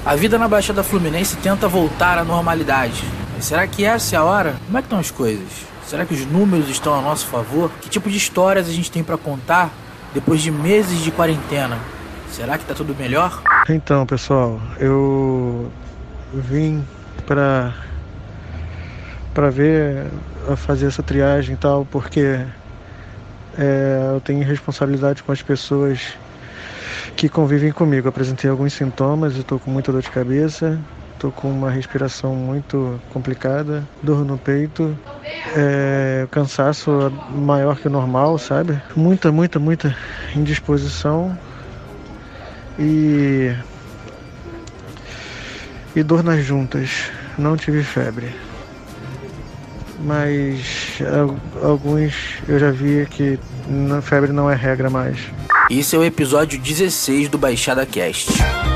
A vida na Baixada Fluminense tenta voltar à normalidade. Mas será que essa é a hora? Como é que estão as coisas? Será que os números estão a nosso favor? Que tipo de histórias a gente tem pra contar depois de meses de quarentena? Será que tá tudo melhor? Então, pessoal, eu vim pra ver, fazer essa triagem e tal, porque eu tenho responsabilidade com as pessoas que convivem comigo. Eu apresentei alguns sintomas, eu tô com muita dor de cabeça, tô com uma respiração muito complicada, dor no peito, cansaço maior que o normal, sabe? Muita indisposição e dor nas juntas. Não tive febre, mas alguns eu já vi que febre não é regra mais. Esse é o episódio 16 do Baixada Cast.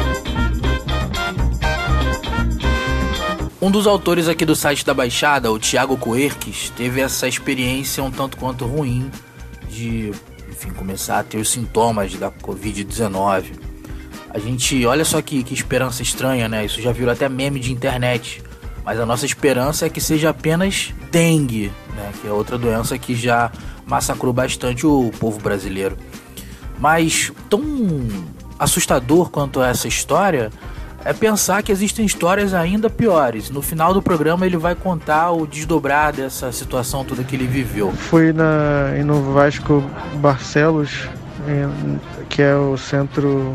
Um dos autores aqui do site da Baixada, o Thiago Coerques, teve essa experiência um tanto quanto ruim de, começar a ter os sintomas da Covid-19. A gente, olha só que esperança estranha, né? Isso já virou até meme de internet. Mas a nossa esperança é que seja apenas dengue, né? Que é outra doença que já massacrou bastante o povo brasileiro. Mas tão assustador quanto essa história é pensar que existem histórias ainda piores. No final do programa ele vai contar o desdobrar dessa situação toda que ele viveu. Fui no Vasco Barcelos, que é o centro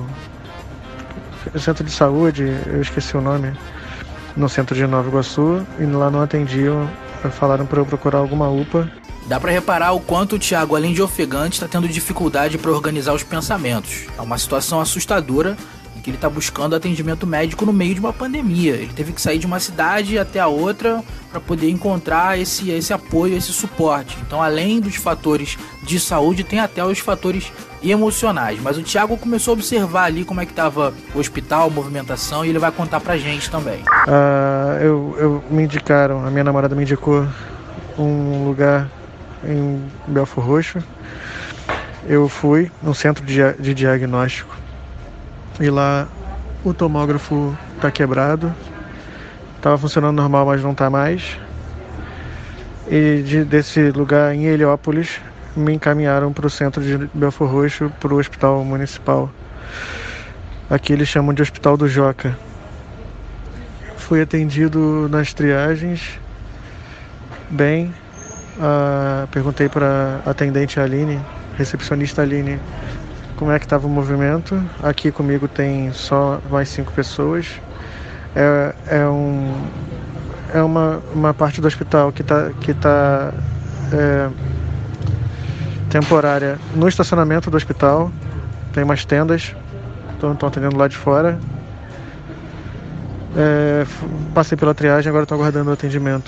de saúde, eu esqueci o nome, no centro de Nova Iguaçu, e lá não atendiam, falaram para eu procurar alguma UPA. Dá pra reparar o quanto o Thiago, além de ofegante, está tendo dificuldade para organizar os pensamentos. É uma situação assustadora em que ele está buscando atendimento médico no meio de uma pandemia. Ele teve que sair de uma cidade até a outra para poder encontrar esse apoio, esse suporte. Então, além dos fatores de saúde, tem até os fatores emocionais. Mas o Thiago começou a observar ali como é que estava o hospital, a movimentação, e ele vai contar pra gente também. Me indicaram, a minha namorada me indicou um lugar em Belfor Roxo. Eu fui no centro de diagnóstico e lá o tomógrafo tá quebrado, tava funcionando normal, mas não tá mais. E desse lugar em Heliópolis me encaminharam para o centro de Belfor Roxo, para o hospital municipal. Aqui eles chamam de Hospital do Joca. Fui atendido nas triagens bem. Perguntei para a atendente Aline, recepcionista Aline, como é que estava o movimento. Aqui comigo tem só mais 5 pessoas. É uma parte do hospital que tá temporária no estacionamento do hospital. Tem umas tendas, estão atendendo lá de fora. Passei pela triagem, agora estou aguardando o atendimento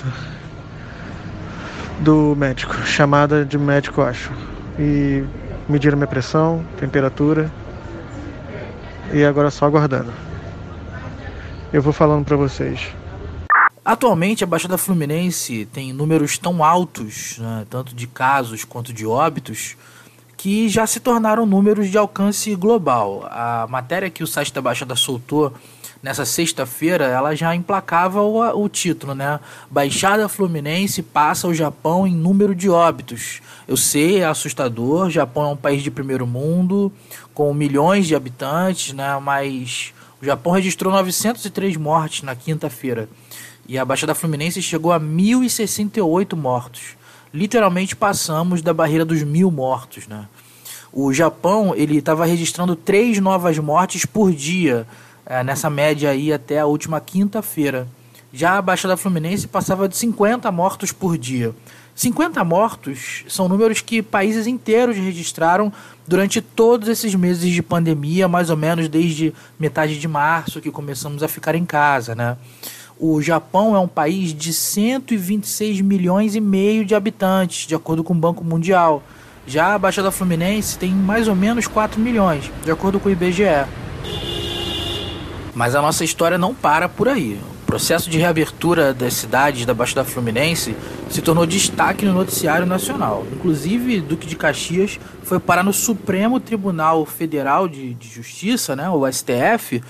do médico, chamada de médico, acho, e mediram minha pressão, temperatura, e agora só aguardando. Eu vou falando para vocês. Atualmente a Baixada Fluminense tem números tão altos, né, tanto de casos quanto de óbitos, que já se tornaram números de alcance global. A matéria que o site da Baixada soltou nessa sexta-feira, ela já emplacava o título, né? Baixada Fluminense passa o Japão em número de óbitos. Eu sei, é assustador, o Japão é um país de primeiro mundo, com milhões de habitantes, né? Mas o Japão registrou 903 mortes na quinta-feira. E a Baixada Fluminense chegou a 1.068 mortos. Literalmente passamos da barreira dos 1.000 mortos, né? O Japão, ele estava registrando 3 novas mortes por dia, nessa média aí até a última quinta-feira. Já a Baixada Fluminense passava de 50 mortos por dia. 50 mortos são números que países inteiros registraram durante todos esses meses de pandemia, mais ou menos desde metade de março, que começamos a ficar em casa, né? O Japão é um país de 126 milhões e meio de habitantes, de acordo com o Banco Mundial. Já a Baixada Fluminense tem mais ou menos 4 milhões, de acordo com o IBGE. Mas a nossa história não para por aí. O processo de reabertura das cidades da Baixada Fluminense se tornou destaque no noticiário nacional. Inclusive, Duque de Caxias foi parar no Supremo Tribunal Federal de Justiça, né, o STF,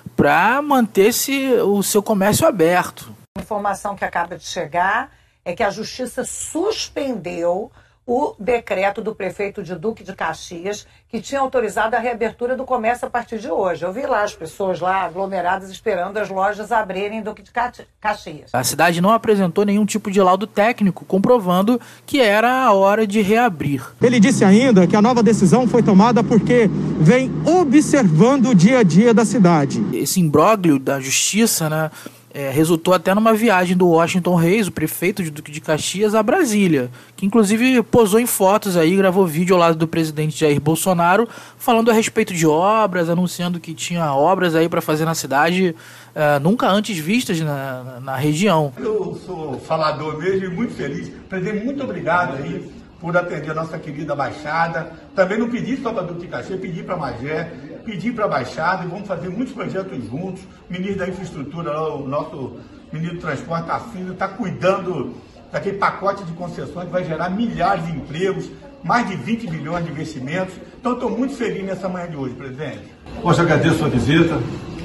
para manter o seu comércio aberto. A informação que acaba de chegar é que a Justiça suspendeu o decreto do prefeito de Duque de Caxias, que tinha autorizado a reabertura do comércio a partir de hoje. Eu vi lá as pessoas lá aglomeradas esperando as lojas abrirem em Duque de Caxias. A cidade não apresentou nenhum tipo de laudo técnico comprovando que era a hora de reabrir. Ele disse ainda que a nova decisão foi tomada porque vem observando o dia a dia da cidade. Esse imbróglio da justiça, né, resultou até numa viagem do Washington Reis, o prefeito de Duque de Caxias, a Brasília, que inclusive posou em fotos aí, gravou vídeo ao lado do presidente Jair Bolsonaro, falando a respeito de obras, anunciando que tinha obras aí para fazer na cidade, nunca antes vistas na região. Eu sou falador mesmo e muito feliz. Presidente, muito obrigado aí por atender a nossa querida Baixada. Também não pedi só para Duque de Caxias, pedi para Magé, pedi para a Baixada e vamos fazer muitos projetos juntos. O ministro da Infraestrutura, o nosso ministro do Transporte, está cuidando daquele pacote de concessões que vai gerar milhares de empregos, mais de 20 bilhões de investimentos. Então, estou muito feliz nessa manhã de hoje, presidente. Hoje agradeço a sua visita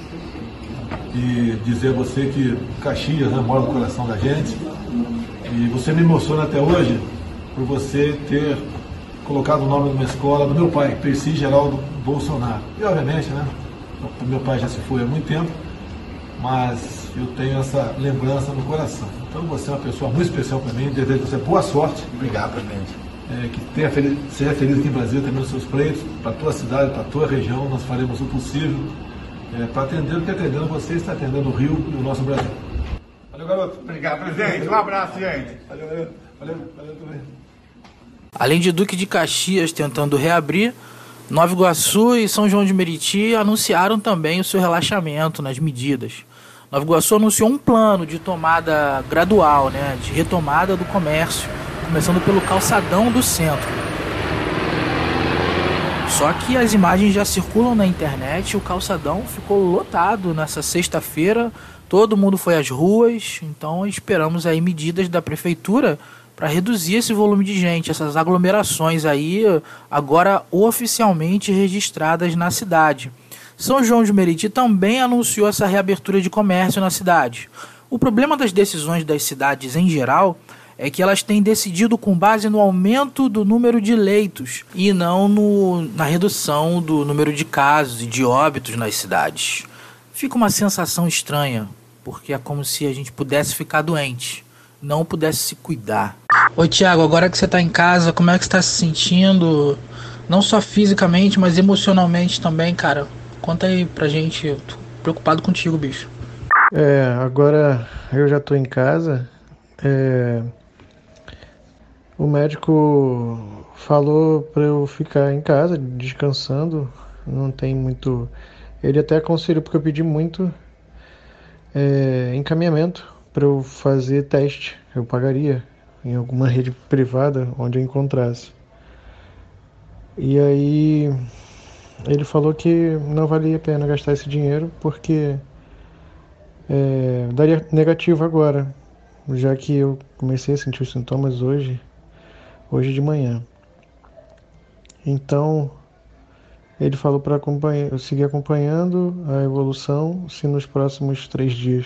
e dizer a você que Caxias, né, mora no coração da gente. E você me emociona até hoje por você ter colocado o nome numa escola do meu pai, Percy Geraldo Bolsonaro. E obviamente, né, o meu pai já se foi há muito tempo, mas eu tenho essa lembrança no coração. Então você é uma pessoa muito especial para mim, desejo você boa sorte. Obrigado, presidente. Que seja feliz aqui em Brasília também nos seus pleitos, para a tua cidade, para a tua região, nós faremos o possível para atender, porque atendendo você está atendendo o Rio e o nosso Brasil. Valeu, garoto. Obrigado, presidente. Um abraço, gente. Valeu também. Além de Duque de Caxias tentando reabrir, Nova Iguaçu e São João de Meriti anunciaram também o seu relaxamento nas medidas. Nova Iguaçu anunciou um plano de tomada gradual, né, de retomada do comércio, começando pelo calçadão do centro. Só que as imagens já circulam na internet, o calçadão ficou lotado nessa sexta-feira, todo mundo foi às ruas, então esperamos aí medidas da prefeitura para reduzir esse volume de gente, essas aglomerações aí agora oficialmente registradas na cidade. São João de Meriti também anunciou essa reabertura de comércio na cidade. O problema das decisões das cidades em geral é que elas têm decidido com base no aumento do número de leitos e não na redução do número de casos e de óbitos nas cidades. Fica uma sensação estranha, porque é como se a gente pudesse ficar doente, não pudesse se cuidar. Oi, Thiago, agora que você está em casa, como é que você está se sentindo? Não só fisicamente, mas emocionalmente também, cara. Conta aí pra gente, eu tô preocupado contigo, bicho. Agora eu já tô em casa. O médico falou para eu ficar em casa, descansando. Não tem muito... Ele até aconselhou, porque eu pedi muito encaminhamento para eu fazer teste. Eu pagaria em alguma rede privada onde eu encontrasse. E aí ele falou que não valia a pena gastar esse dinheiro porque daria negativo agora, já que eu comecei a sentir os sintomas hoje de manhã. Então ele falou para eu seguir acompanhando a evolução. Se nos próximos 3 dias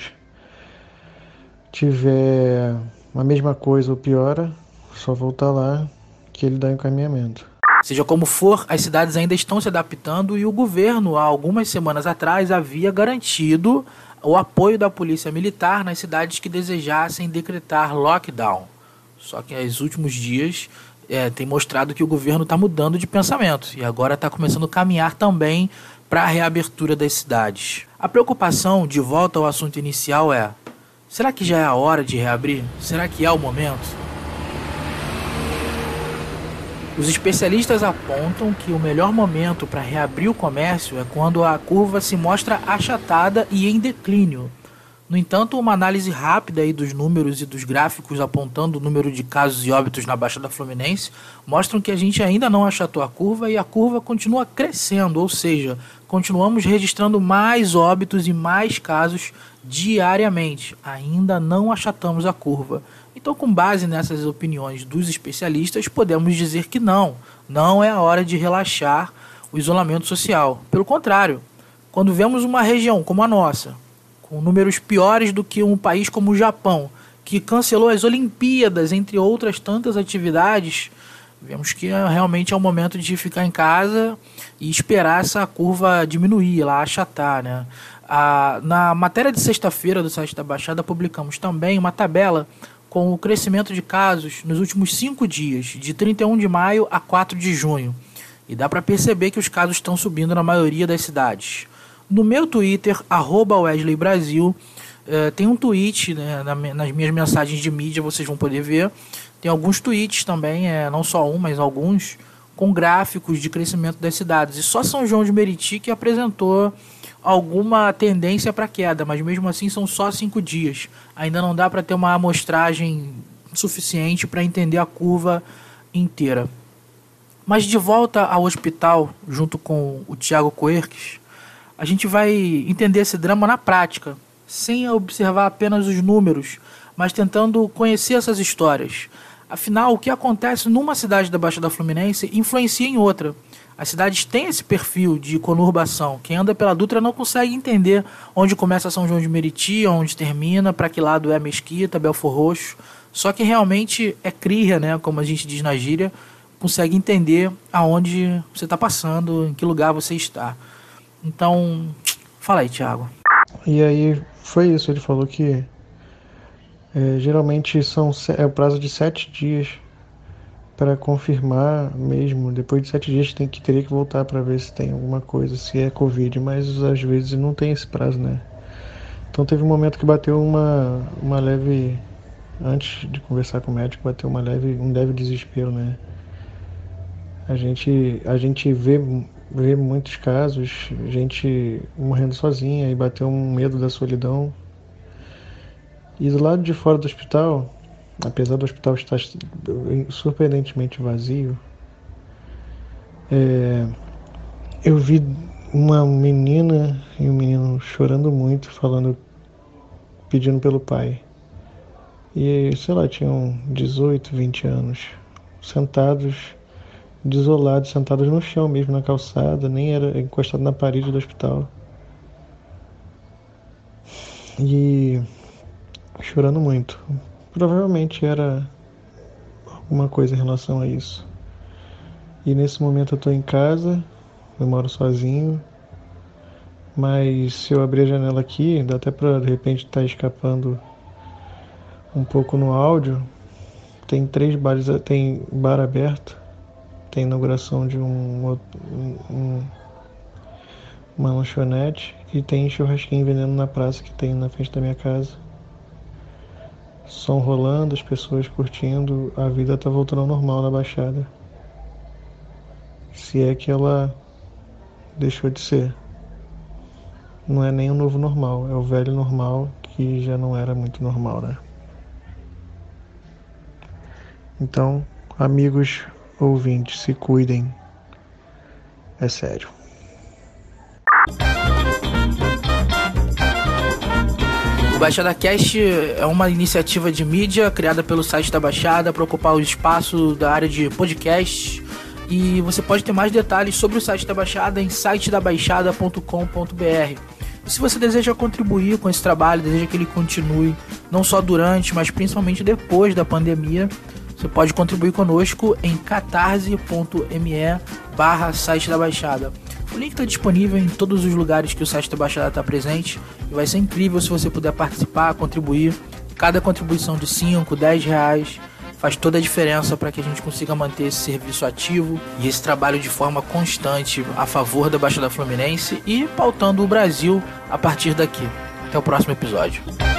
tiver a mesma coisa ou piora, só voltar lá que ele dá encaminhamento. Seja como for, as cidades ainda estão se adaptando e o governo, há algumas semanas atrás, havia garantido o apoio da polícia militar nas cidades que desejassem decretar lockdown. Só que nos últimos dias tem mostrado que o governo está mudando de pensamento e agora está começando a caminhar também para a reabertura das cidades. A preocupação, de volta ao assunto inicial, será que já é a hora de reabrir? Será que é o momento? Os especialistas apontam que o melhor momento para reabrir o comércio é quando a curva se mostra achatada e em declínio. No entanto, uma análise rápida aí dos números e dos gráficos apontando o número de casos e óbitos na Baixada Fluminense mostram que a gente ainda não achatou a curva e a curva continua crescendo, ou seja, continuamos registrando mais óbitos e mais casos diariamente. Ainda não achatamos a curva. Então, com base nessas opiniões dos especialistas, podemos dizer que não é a hora de relaxar o isolamento social. Pelo contrário, quando vemos uma região como a nossa, com números piores do que um país como o Japão, que cancelou as Olimpíadas, entre outras tantas atividades, vemos que realmente é o momento de ficar em casa e esperar essa curva diminuir, ela achatar, né? Na matéria de sexta-feira do site da Baixada, publicamos também uma tabela com o crescimento de casos nos últimos 5 dias, de 31 de maio a 4 de junho. E dá para perceber que os casos estão subindo na maioria das cidades. No meu Twitter, @WesleyBrasil, tem um tweet, né, nas minhas mensagens de mídia, vocês vão poder ver. Tem alguns tweets também, não só um, mas alguns, com gráficos de crescimento das cidades. E só São João de Meriti que apresentou alguma tendência para queda, mas mesmo assim são só 5 dias. Ainda não dá para ter uma amostragem suficiente para entender a curva inteira. Mas de volta ao hospital, junto com o Thiago Coerques, a gente vai entender esse drama na prática, sem observar apenas os números, mas tentando conhecer essas histórias. Afinal, o que acontece numa cidade da Baixada Fluminense influencia em outra. As cidades têm esse perfil de conurbação. Quem anda pela Dutra não consegue entender onde começa São João de Meriti, onde termina, para que lado é Mesquita, Belfor Roxo. Só que realmente é cria, né, como a gente diz na gíria, consegue entender aonde você está passando, em que lugar você está. Então, fala aí, Thiago. E aí foi isso, ele falou que geralmente é o prazo de 7 dias para confirmar mesmo. Depois de 7 dias teria que voltar para ver se tem alguma coisa, se é Covid, mas às vezes não tem esse prazo, né? Então teve um momento que bateu uma leve, antes de conversar com o médico, bateu um leve desespero, né? A gente vê muitos casos, gente morrendo sozinha, e bateu um medo da solidão. E do lado de fora do hospital, apesar do hospital estar surpreendentemente vazio, eu vi uma menina e um menino chorando muito, pedindo pelo pai. E, sei lá, tinham 18, 20 anos, desolados, sentados no chão mesmo, na calçada, nem era encostado na parede do hospital. E chorando muito. Provavelmente era alguma coisa em relação a isso. E nesse momento eu estou em casa, eu moro sozinho, mas se eu abrir a janela aqui, dá até para de repente estar escapando um pouco no áudio. Tem 3 bares, tem bar aberto, tem inauguração de uma lanchonete e tem churrasquinho vendendo na praça que tem na frente da minha casa. Som rolando, as pessoas curtindo, a vida tá voltando ao normal na Baixada. Se é que ela deixou de ser. Não é nem o novo normal, é o velho normal que já não era muito normal, né? Então, amigos ouvintes, se cuidem. É sério. O Baixada Cast é uma iniciativa de mídia criada pelo site da Baixada para ocupar o espaço da área de podcast. E você pode ter mais detalhes sobre o site da Baixada em sitedabaixada.com.br. E se você deseja contribuir com esse trabalho, deseja que ele continue, não só durante, mas principalmente depois da pandemia, você pode contribuir conosco em catarse.me/site da Baixada. O link está disponível em todos os lugares que o site da Baixada está presente e vai ser incrível se você puder participar, contribuir. Cada contribuição de 5, 10 reais faz toda a diferença para que a gente consiga manter esse serviço ativo e esse trabalho de forma constante a favor da Baixada Fluminense e pautando o Brasil a partir daqui. Até o próximo episódio.